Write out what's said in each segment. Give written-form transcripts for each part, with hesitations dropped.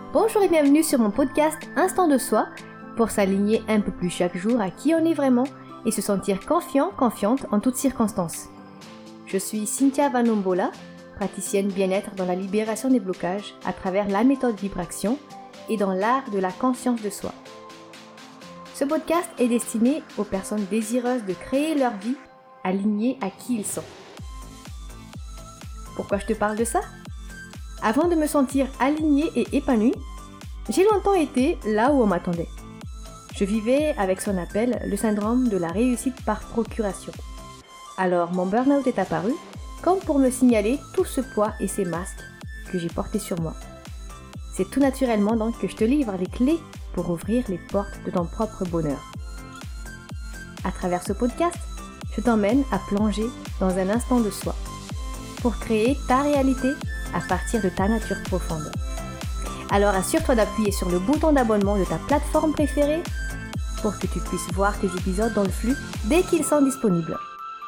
Bonjour et bienvenue sur mon podcast Instant de soi pour s'aligner un peu plus chaque jour à qui on est vraiment et se sentir confiant, confiante en toutes circonstances. Je suis Cynthia Vanombola, praticienne bien-être dans la libération des blocages à travers la méthode Vibration et dans l'art de la conscience de soi. Ce podcast est destiné aux personnes désireuses de créer leur vie alignée à qui ils sont. Pourquoi je te parle de ça ? Avant de me sentir alignée et épanouie, j'ai longtemps été là où on m'attendait. Je vivais avec ce qu'on appelle le syndrome de la réussite par procuration. Alors mon burn-out est apparu comme pour me signaler tout ce poids et ces masques que j'ai portés sur moi. C'est tout naturellement donc que je te livre les clés pour ouvrir les portes de ton propre bonheur. À travers ce podcast, je t'emmène à plonger dans un instant de soi pour créer ta réalité à partir de ta nature profonde. Alors assure-toi d'appuyer sur le bouton d'abonnement de ta plateforme préférée pour que tu puisses voir tes épisodes dans le flux dès qu'ils sont disponibles.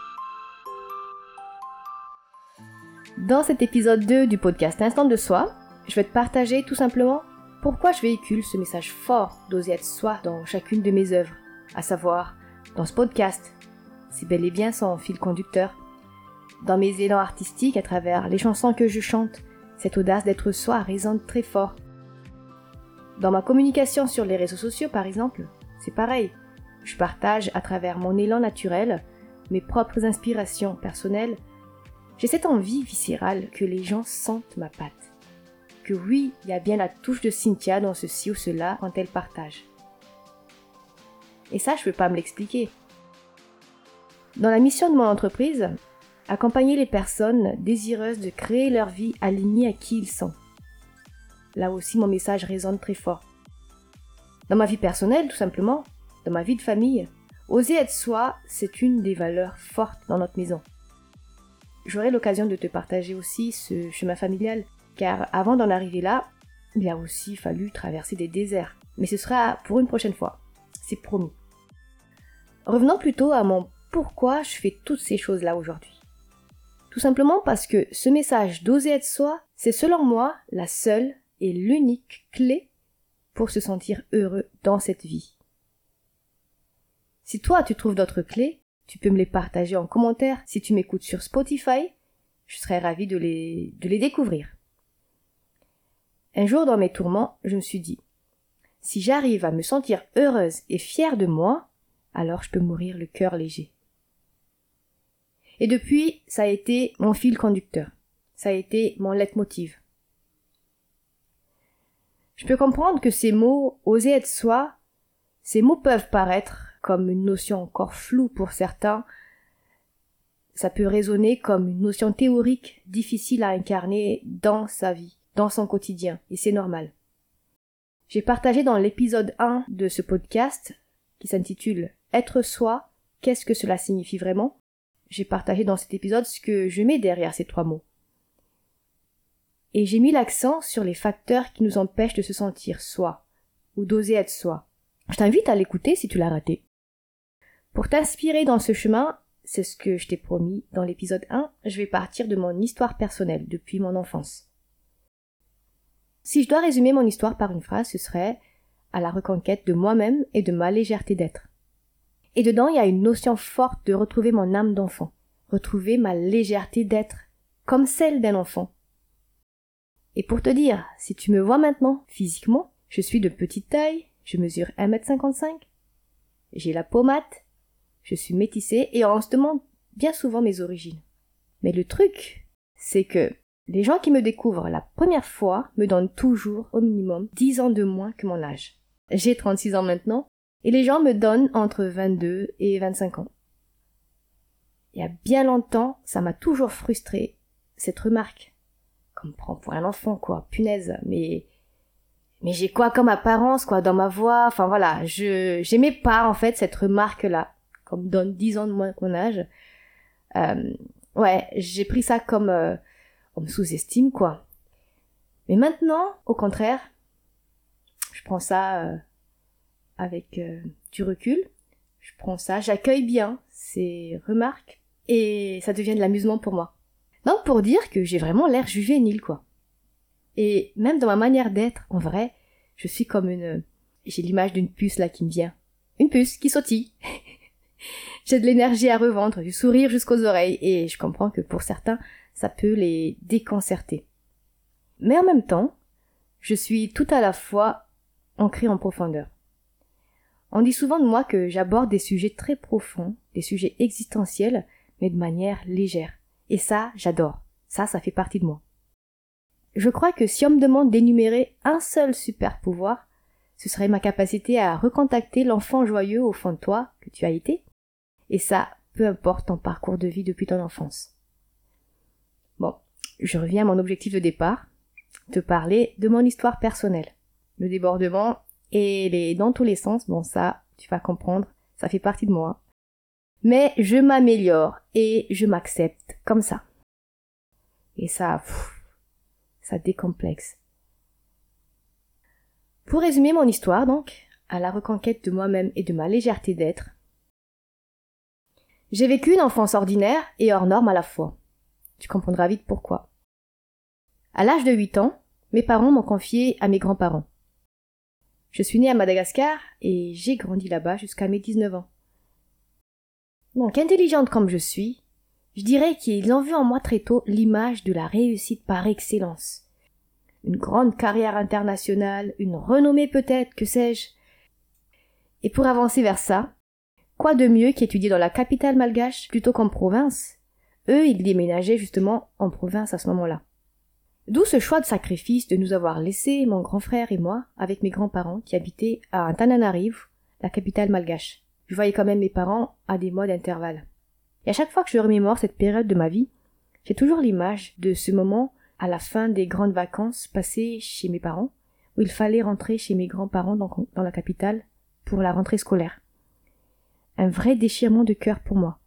Dans cet épisode 2 du podcast Instant de soi, je vais te partager tout simplement pourquoi je véhicule ce message fort d'oser être soi dans chacune de mes œuvres, à savoir dans ce podcast. C'est bel et bien son fil conducteur. Dans mes élans artistiques, à travers les chansons que je chante, cette audace d'être soi résonne très fort. Dans ma communication sur les réseaux sociaux, par exemple, c'est pareil. Je partage à travers mon élan naturel, mes propres inspirations personnelles. J'ai cette envie viscérale que les gens sentent ma patte. Que oui, il y a bien la touche de Cynthia dans ceci ou cela quand elle partage. Et ça, je ne peux pas me l'expliquer. Dans la mission de mon entreprise, accompagner les personnes désireuses de créer leur vie alignée à qui ils sont. Là aussi, mon message résonne très fort. Dans ma vie personnelle, tout simplement, dans ma vie de famille, oser être soi, c'est une des valeurs fortes dans notre maison. J'aurai l'occasion de te partager aussi ce chemin familial, car avant d'en arriver là, il a aussi fallu traverser des déserts. Mais ce sera pour une prochaine fois, c'est promis. Revenons plutôt à mon pourquoi je fais toutes ces choses-là aujourd'hui. Tout simplement parce que ce message d'oser être soi, c'est selon moi la seule et l'unique clé pour se sentir heureux dans cette vie. Si toi tu trouves d'autres clés, tu peux me les partager en commentaire si tu m'écoutes sur Spotify, je serais ravie de les découvrir. Un jour dans mes tourments, je me suis dit, si j'arrive à me sentir heureuse et fière de moi, alors je peux mourir le cœur léger. Et depuis, ça a été mon fil conducteur. Ça a été mon leitmotiv. Je peux comprendre que ces mots, oser être soi, ces mots peuvent paraître comme une notion encore floue pour certains. Ça peut résonner comme une notion théorique difficile à incarner dans sa vie, dans son quotidien, et c'est normal. J'ai partagé dans l'épisode 1 de ce podcast, qui s'intitule « Être soi, qu'est-ce que cela signifie vraiment ?» J'ai partagé dans cet épisode ce que je mets derrière ces 3 mots. Et j'ai mis l'accent sur les facteurs qui nous empêchent de se sentir soi, ou d'oser être soi. Je t'invite à l'écouter si tu l'as raté. Pour t'inspirer dans ce chemin, c'est ce que je t'ai promis dans l'épisode 1, je vais partir de mon histoire personnelle depuis mon enfance. Si je dois résumer mon histoire par une phrase, ce serait « à la reconquête de moi-même et de ma légèreté d'être ». Et dedans, il y a une notion forte de retrouver mon âme d'enfant, retrouver ma légèreté d'être, comme celle d'un enfant. Et pour te dire, si tu me vois maintenant, physiquement, je suis de petite taille, je mesure 1m55, j'ai la peau mate, je suis métissée et on se demande bien souvent mes origines. Mais le truc, c'est que les gens qui me découvrent la première fois me donnent toujours au minimum 10 ans de moins que mon âge. J'ai 36 ans maintenant, et les gens me donnent entre 22 et 25 ans. Il y a bien longtemps, ça m'a toujours frustrée, cette remarque. Comme me prend pour un enfant, quoi, punaise, mais j'ai quoi comme apparence, quoi, dans ma voix, enfin voilà, j'aimais pas, en fait, cette remarque-là, qu'on me donne 10 ans de moins que mon âge. Ouais, j'ai pris ça comme, on me sous-estime, quoi. Mais maintenant, au contraire, je prends ça, avec du recul, je prends ça, j'accueille bien ces remarques et ça devient de l'amusement pour moi. Donc pour dire que j'ai vraiment l'air juvénile, quoi. Et même dans ma manière d'être, en vrai, je suis comme j'ai l'image d'une puce là qui me vient. Une puce qui sautille. J'ai de l'énergie à revendre, du sourire jusqu'aux oreilles, et je comprends que pour certains, ça peut les déconcerter. Mais en même temps, je suis tout à la fois ancrée en profondeur. On dit souvent de moi que j'aborde des sujets très profonds, des sujets existentiels, mais de manière légère. Et ça, j'adore. Ça fait partie de moi. Je crois que si on me demande d'énumérer un seul super pouvoir, ce serait ma capacité à recontacter l'enfant joyeux au fond de toi que tu as été. Et ça, peu importe ton parcours de vie depuis ton enfance. Bon, je reviens à mon objectif de départ, te parler de mon histoire personnelle. Le débordement et dans tous les sens, bon ça, tu vas comprendre, ça fait partie de moi. Mais je m'améliore et je m'accepte comme ça. Et ça décomplexe. Pour résumer mon histoire donc, à la reconquête de moi-même et de ma légèreté d'être, j'ai vécu une enfance ordinaire et hors norme à la fois. Tu comprendras vite pourquoi. À l'âge de 8 ans, mes parents m'ont confié à mes grands-parents. Je suis née à Madagascar et j'ai grandi là-bas jusqu'à mes 19 ans. Donc, intelligente comme je suis, je dirais qu'ils ont vu en moi très tôt l'image de la réussite par excellence. Une grande carrière internationale, une renommée peut-être, que sais-je. Et pour avancer vers ça, quoi de mieux qu'étudier dans la capitale malgache plutôt qu'en province? Eux, ils déménageaient justement en province à ce moment-là. D'où ce choix de sacrifice de nous avoir laissé, mon grand frère et moi, avec mes grands-parents qui habitaient à Antananarivo, la capitale malgache. Je voyais quand même mes parents à des mois d'intervalle. Et à chaque fois que je remémore cette période de ma vie, j'ai toujours l'image de ce moment à la fin des grandes vacances passées chez mes parents, où il fallait rentrer chez mes grands-parents dans la capitale pour la rentrée scolaire. Un vrai déchirement de cœur pour moi.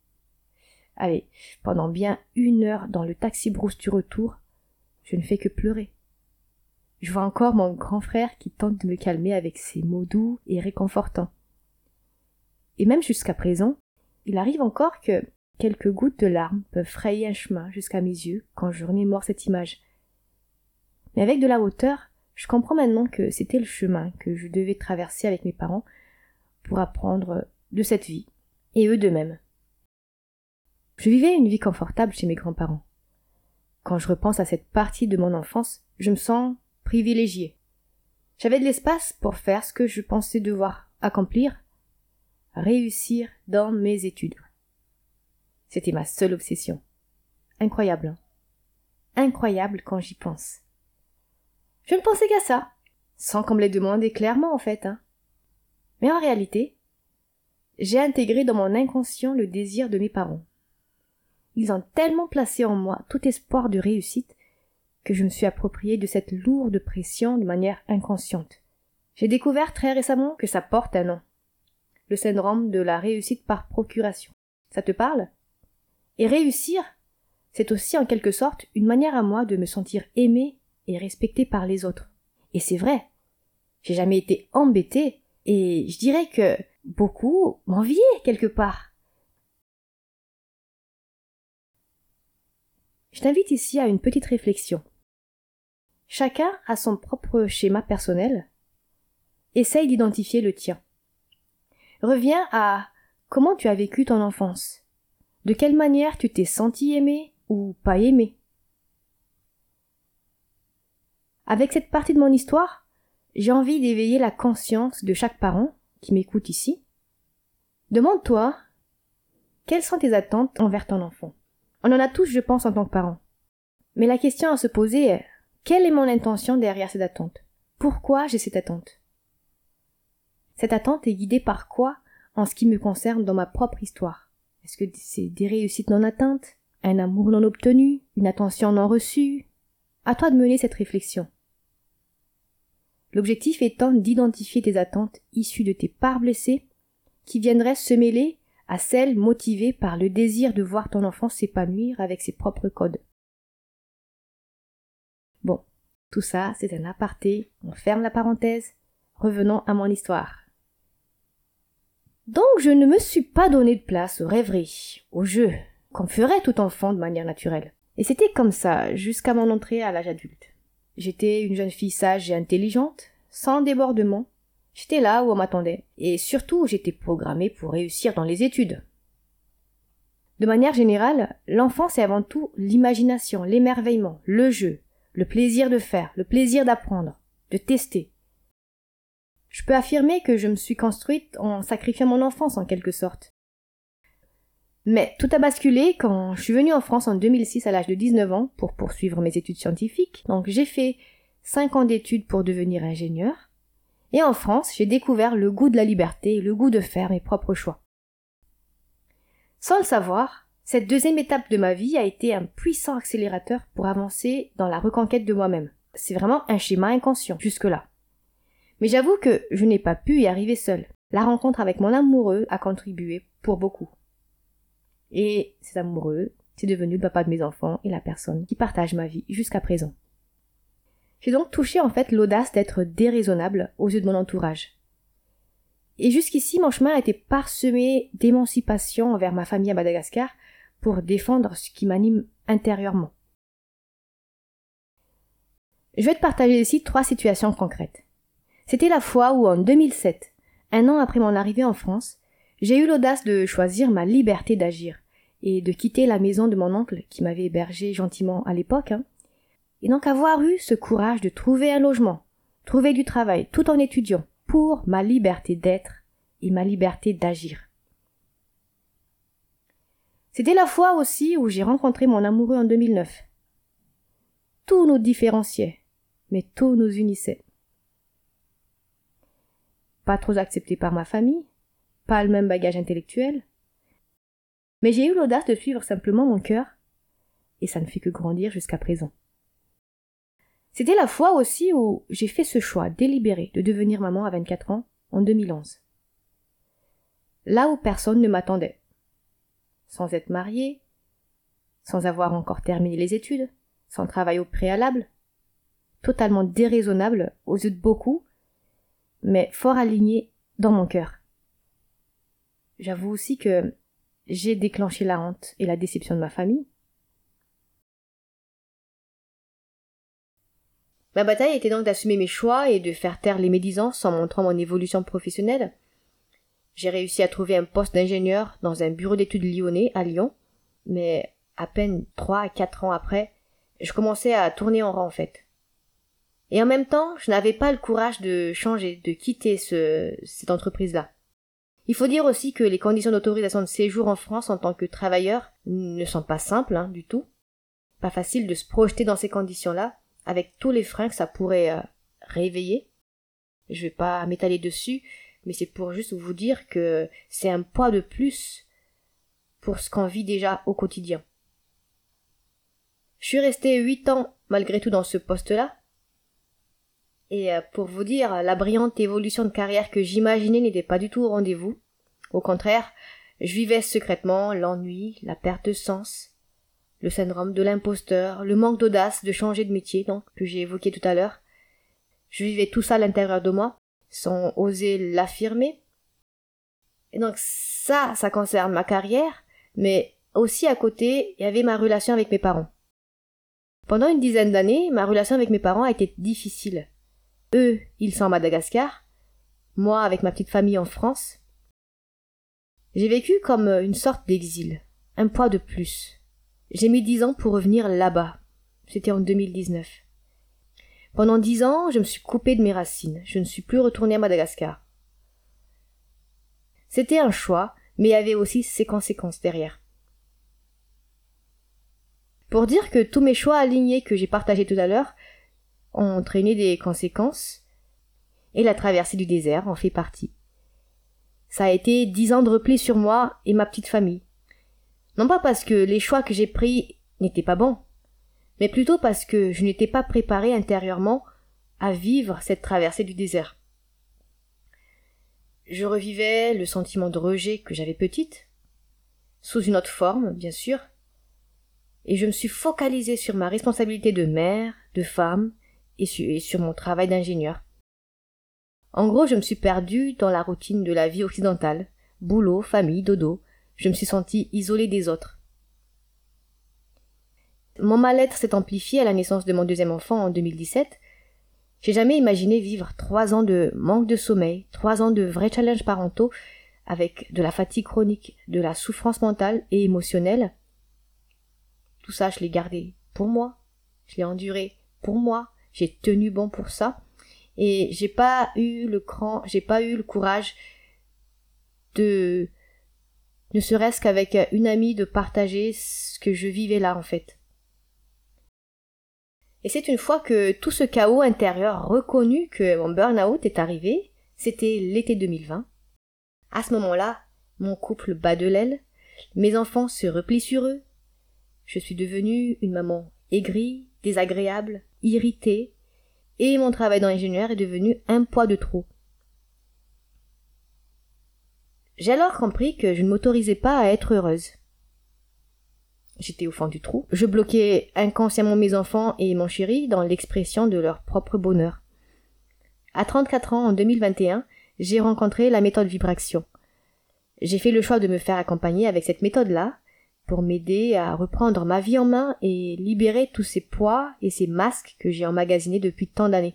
Allez, pendant bien 1 heure dans le taxi-brousse du retour, je ne fais que pleurer. Je vois encore mon grand frère qui tente de me calmer avec ses mots doux et réconfortants. Et même jusqu'à présent, il arrive encore que quelques gouttes de larmes peuvent frayer un chemin jusqu'à mes yeux quand je remémore cette image. Mais avec de la hauteur, je comprends maintenant que c'était le chemin que je devais traverser avec mes parents pour apprendre de cette vie, et eux de même. Je vivais une vie confortable chez mes grands-parents. Quand je repense à cette partie de mon enfance, je me sens privilégiée. J'avais de l'espace pour faire ce que je pensais devoir accomplir, réussir dans mes études. C'était ma seule obsession. Incroyable, hein? Incroyable quand j'y pense. Je ne pensais qu'à ça, sans qu'on me l'ait demandé clairement en fait, hein. Mais en réalité, j'ai intégré dans mon inconscient le désir de mes parents. Ils ont tellement placé en moi tout espoir de réussite que je me suis approprié de cette lourde pression de manière inconsciente. J'ai découvert très récemment que ça porte un nom. Le syndrome de la réussite par procuration. Ça te parle? Et réussir, c'est aussi en quelque sorte une manière à moi de me sentir aimée et respectée par les autres. Et c'est vrai. J'ai jamais été embêtée et je dirais que beaucoup m'enviaient quelque part. Je t'invite ici à une petite réflexion. Chacun a son propre schéma personnel. Essaye d'identifier le tien. Reviens à comment tu as vécu ton enfance. De quelle manière tu t'es senti aimé ou pas aimé. Avec cette partie de mon histoire, j'ai envie d'éveiller la conscience de chaque parent qui m'écoute ici. Demande-toi, quelles sont tes attentes envers ton enfant? On en a tous, je pense, en tant que parents. Mais la question à se poser est, quelle est mon intention derrière cette attente? Pourquoi j'ai cette attente? Cette attente est guidée par quoi en ce qui me concerne dans ma propre histoire? Est-ce que c'est des réussites non atteintes? Un amour non obtenu? Une attention non reçue? À toi de mener cette réflexion. L'objectif étant d'identifier tes attentes issues de tes parts blessées qui viendraient se mêler à celles motivées par le désir de voir ton enfant s'épanouir avec ses propres codes. Bon, tout ça, c'est un aparté, on ferme la parenthèse, revenons à mon histoire. Donc je ne me suis pas donné de place aux rêveries, aux jeux, qu'on ferait tout enfant de manière naturelle. Et c'était comme ça jusqu'à mon entrée à l'âge adulte. J'étais une jeune fille sage et intelligente, sans débordement. J'étais là où on m'attendait. Et surtout, j'étais programmée pour réussir dans les études. De manière générale, l'enfance est avant tout l'imagination, l'émerveillement, le jeu, le plaisir de faire, le plaisir d'apprendre, de tester. Je peux affirmer que je me suis construite en sacrifiant mon enfance en quelque sorte. Mais tout a basculé quand je suis venue en France en 2006 à l'âge de 19 ans pour poursuivre mes études scientifiques. Donc j'ai fait 5 ans d'études pour devenir ingénieur. Et en France, j'ai découvert le goût de la liberté, le goût de faire mes propres choix. Sans le savoir, cette deuxième étape de ma vie a été un puissant accélérateur pour avancer dans la reconquête de moi-même. C'est vraiment un schéma inconscient jusque-là. Mais j'avoue que je n'ai pas pu y arriver seule. La rencontre avec mon amoureux a contribué pour beaucoup. Et cet amoureux, c'est devenu le papa de mes enfants et la personne qui partage ma vie jusqu'à présent. J'ai donc touché en fait l'audace d'être déraisonnable aux yeux de mon entourage. Et jusqu'ici, mon chemin a été parsemé d'émancipation envers ma famille à Madagascar pour défendre ce qui m'anime intérieurement. Je vais te partager ici 3 situations concrètes. C'était la fois où en 2007, un an après mon arrivée en France, j'ai eu l'audace de choisir ma liberté d'agir et de quitter la maison de mon oncle qui m'avait hébergé gentiment à l'époque, et donc avoir eu ce courage de trouver un logement, trouver du travail tout en étudiant pour ma liberté d'être et ma liberté d'agir. C'était la fois aussi où j'ai rencontré mon amoureux en 2009. Tout nous différenciait, mais tout nous unissait. Pas trop accepté par ma famille, pas le même bagage intellectuel, mais j'ai eu l'audace de suivre simplement mon cœur, et ça ne fait que grandir jusqu'à présent. C'était la fois aussi où j'ai fait ce choix délibéré de devenir maman à 24 ans en 2011. Là où personne ne m'attendait. Sans être mariée, sans avoir encore terminé les études, sans travail au préalable, totalement déraisonnable aux yeux de beaucoup, mais fort aligné dans mon cœur. J'avoue aussi que j'ai déclenché la honte et la déception de ma famille. Ma bataille était donc d'assumer mes choix et de faire taire les médisances en montrant mon évolution professionnelle. J'ai réussi à trouver un poste d'ingénieur dans un bureau d'études lyonnais à Lyon, mais à peine 3 à 4 ans après, je commençais à tourner en rond en fait. Et en même temps, je n'avais pas le courage de changer, de quitter cette entreprise-là. Il faut dire aussi que les conditions d'autorisation de séjour en France en tant que travailleur ne sont pas simples du tout. Pas facile de se projeter dans ces conditions-là, avec tous les freins que ça pourrait réveiller. Je vais pas m'étaler dessus, mais c'est pour juste vous dire que c'est un poids de plus pour ce qu'on vit déjà au quotidien. Je suis restée 8 ans malgré tout dans ce poste-là. Et pour vous dire, la brillante évolution de carrière que j'imaginais n'était pas du tout au rendez-vous. Au contraire, je vivais secrètement l'ennui, la perte de sens, le syndrome de l'imposteur, le manque d'audace de changer de métier, donc, que j'ai évoqué tout à l'heure. Je vivais tout ça à l'intérieur de moi, sans oser l'affirmer. Et donc ça concerne ma carrière, mais aussi à côté, il y avait ma relation avec mes parents. Pendant une dizaine d'années, ma relation avec mes parents a été difficile. Eux, ils sont à Madagascar, moi avec ma petite famille en France. J'ai vécu comme une sorte d'exil, un poids de plus. J'ai mis 10 ans pour revenir là-bas. C'était en 2019. Pendant 10 ans, je me suis coupée de mes racines. Je ne suis plus retournée à Madagascar. C'était un choix, mais il y avait aussi ses conséquences derrière. Pour dire que tous mes choix alignés que j'ai partagés tout à l'heure ont entraîné des conséquences, et la traversée du désert en fait partie. Ça a été 10 ans de repli sur moi et ma petite famille. Non pas parce que les choix que j'ai pris n'étaient pas bons, mais plutôt parce que je n'étais pas préparée intérieurement à vivre cette traversée du désert. Je revivais le sentiment de rejet que j'avais petite, sous une autre forme, bien sûr, et je me suis focalisée sur ma responsabilité de mère, de femme, et sur mon travail d'ingénieur. En gros, je me suis perdue dans la routine de la vie occidentale, boulot, famille, dodo. Je me suis sentie isolée des autres. Mon mal-être s'est amplifié à la naissance de mon deuxième enfant en 2017. J'ai jamais imaginé vivre 3 ans de manque de sommeil, 3 ans de vrais challenges parentaux, avec de la fatigue chronique, de la souffrance mentale et émotionnelle. Tout ça, je l'ai gardé pour moi. Je l'ai enduré pour moi. J'ai tenu bon pour ça. Et j'ai pas eu le courage de, ne serait-ce qu'avec une amie, de partager ce que je vivais là, en fait. Et c'est une fois que tout ce chaos intérieur reconnu que mon burn-out est arrivé, c'était l'été 2020. À ce moment-là, mon couple bat de l'aile, mes enfants se replient sur eux. Je suis devenue une maman aigrie, désagréable, irritée, et mon travail d'ingénieur est devenu un poids de trop. J'ai alors compris que je ne m'autorisais pas à être heureuse. J'étais au fond du trou. Je bloquais inconsciemment mes enfants et mon chéri dans l'expression de leur propre bonheur. À 34 ans, en 2021, j'ai rencontré la méthode Vibration. J'ai fait le choix de me faire accompagner avec cette méthode-là pour m'aider à reprendre ma vie en main et libérer tous ces poids et ces masques que j'ai emmagasinés depuis tant d'années.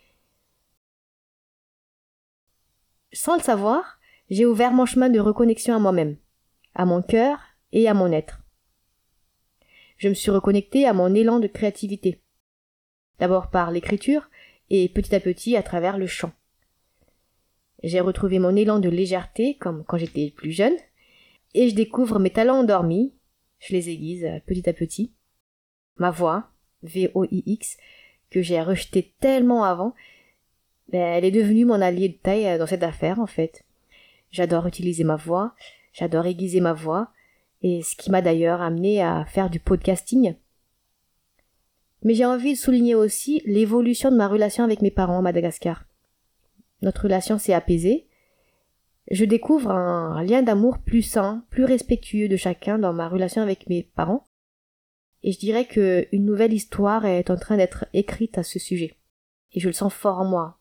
Sans le savoir, j'ai ouvert mon chemin de reconnexion à moi-même, à mon cœur et à mon être. Je me suis reconnectée à mon élan de créativité. D'abord par l'écriture et petit à petit à travers le chant. J'ai retrouvé mon élan de légèreté comme quand j'étais plus jeune et je découvre mes talents endormis, je les aiguise petit à petit. Ma voix, VOIX, que j'ai rejetée tellement avant, elle est devenue mon allié de taille dans cette affaire en fait. J'adore utiliser ma voix, j'adore aiguiser ma voix, et ce qui m'a d'ailleurs amené à faire du podcasting. Mais j'ai envie de souligner aussi l'évolution de ma relation avec mes parents à Madagascar. Notre relation s'est apaisée. Je découvre un lien d'amour plus sain, plus respectueux de chacun dans ma relation avec mes parents. Et je dirais qu'une nouvelle histoire est en train d'être écrite à ce sujet. Et je le sens fort en moi.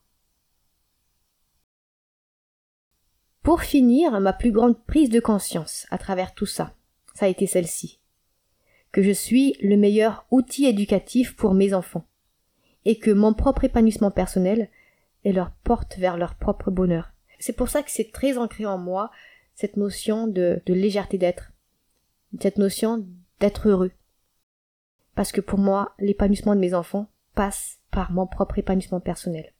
Pour finir, ma plus grande prise de conscience à travers tout ça, ça a été celle-ci. Que je suis le meilleur outil éducatif pour mes enfants. Et que mon propre épanouissement personnel est leur porte vers leur propre bonheur. C'est pour ça que c'est très ancré en moi, cette notion de légèreté d'être. Cette notion d'être heureux. Parce que pour moi, l'épanouissement de mes enfants passe par mon propre épanouissement personnel.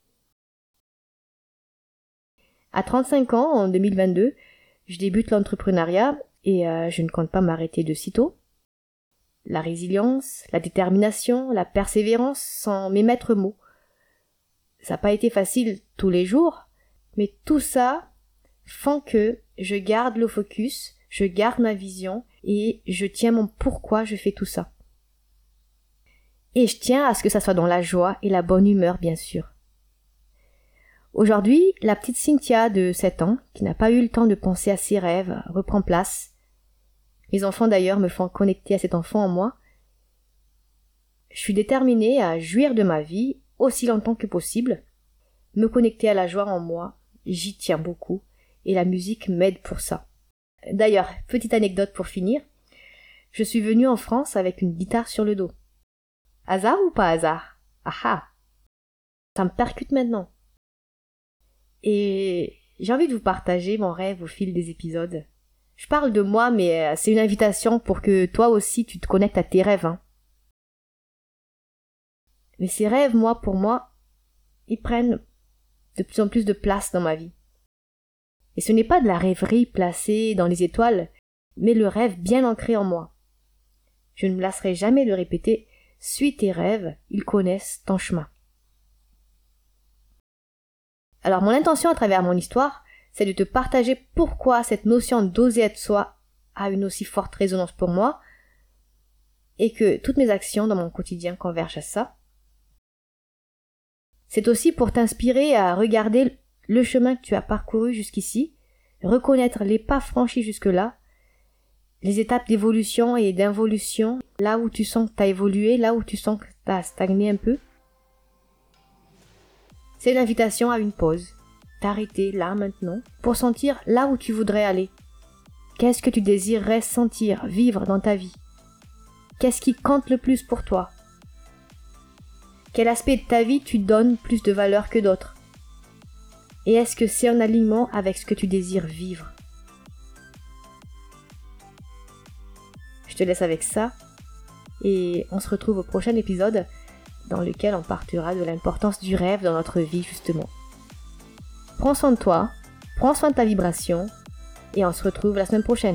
À 35 ans, en 2022, je débute l'entrepreneuriat et je ne compte pas m'arrêter de sitôt. La résilience, la détermination, la persévérance sont mes maîtres mots. Ça n'a pas été facile tous les jours, mais tout ça font que je garde le focus, je garde ma vision et je tiens mon pourquoi je fais tout ça. Et je tiens à ce que ça soit dans la joie et la bonne humeur, bien sûr. Aujourd'hui, la petite Cynthia de 7 ans, qui n'a pas eu le temps de penser à ses rêves, reprend place. Mes enfants d'ailleurs me font connecter à cet enfant en moi. Je suis déterminée à jouir de ma vie aussi longtemps que possible, me connecter à la joie en moi, j'y tiens beaucoup, et la musique m'aide pour ça. D'ailleurs, petite anecdote pour finir, je suis venue en France avec une guitare sur le dos. Hasard ou pas hasard? Ah ah! Ça me percute maintenant. Et j'ai envie de vous partager mon rêve au fil des épisodes. Je parle de moi, mais c'est une invitation pour que toi aussi tu te connectes à tes rêves. Mais ces rêves, pour moi, ils prennent de plus en plus de place dans ma vie. Et ce n'est pas de la rêverie placée dans les étoiles, mais le rêve bien ancré en moi. Je ne me lasserai jamais de répéter « Suis tes rêves, ils connaissent ton chemin ». Alors mon intention à travers mon histoire, c'est de te partager pourquoi cette notion d'oser être soi a une aussi forte résonance pour moi et que toutes mes actions dans mon quotidien convergent à ça. C'est aussi pour t'inspirer à regarder le chemin que tu as parcouru jusqu'ici, reconnaître les pas franchis jusque-là, les étapes d'évolution et d'involution, là où tu sens que tu as évolué, là où tu sens que tu as stagné un peu. C'est l'invitation à une pause, t'arrêter là maintenant, pour sentir là où tu voudrais aller. Qu'est-ce que tu désirerais sentir, vivre dans ta vie? Qu'est-ce qui compte le plus pour toi? Quel aspect de ta vie tu donnes plus de valeur que d'autres? Et est-ce que c'est en alignement avec ce que tu désires vivre? Je te laisse avec ça et on se retrouve au prochain épisode dans lequel on partira de l'importance du rêve dans notre vie justement. Prends soin de toi, prends soin de ta vibration et on se retrouve la semaine prochaine.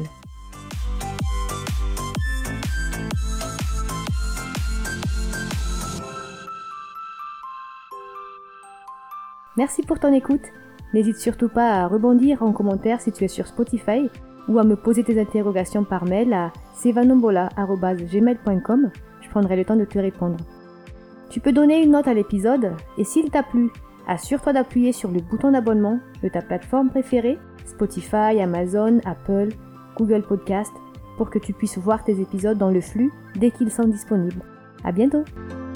Merci pour ton écoute. N'hésite surtout pas à rebondir en commentaire si tu es sur Spotify ou à me poser tes interrogations par mail à sevanombola@gmail.com. Je prendrai le temps de te répondre. Tu peux donner une note à l'épisode et s'il t'a plu, assure-toi d'appuyer sur le bouton d'abonnement de ta plateforme préférée, Spotify, Amazon, Apple, Google Podcast, pour que tu puisses voir tes épisodes dans le flux dès qu'ils sont disponibles. À bientôt!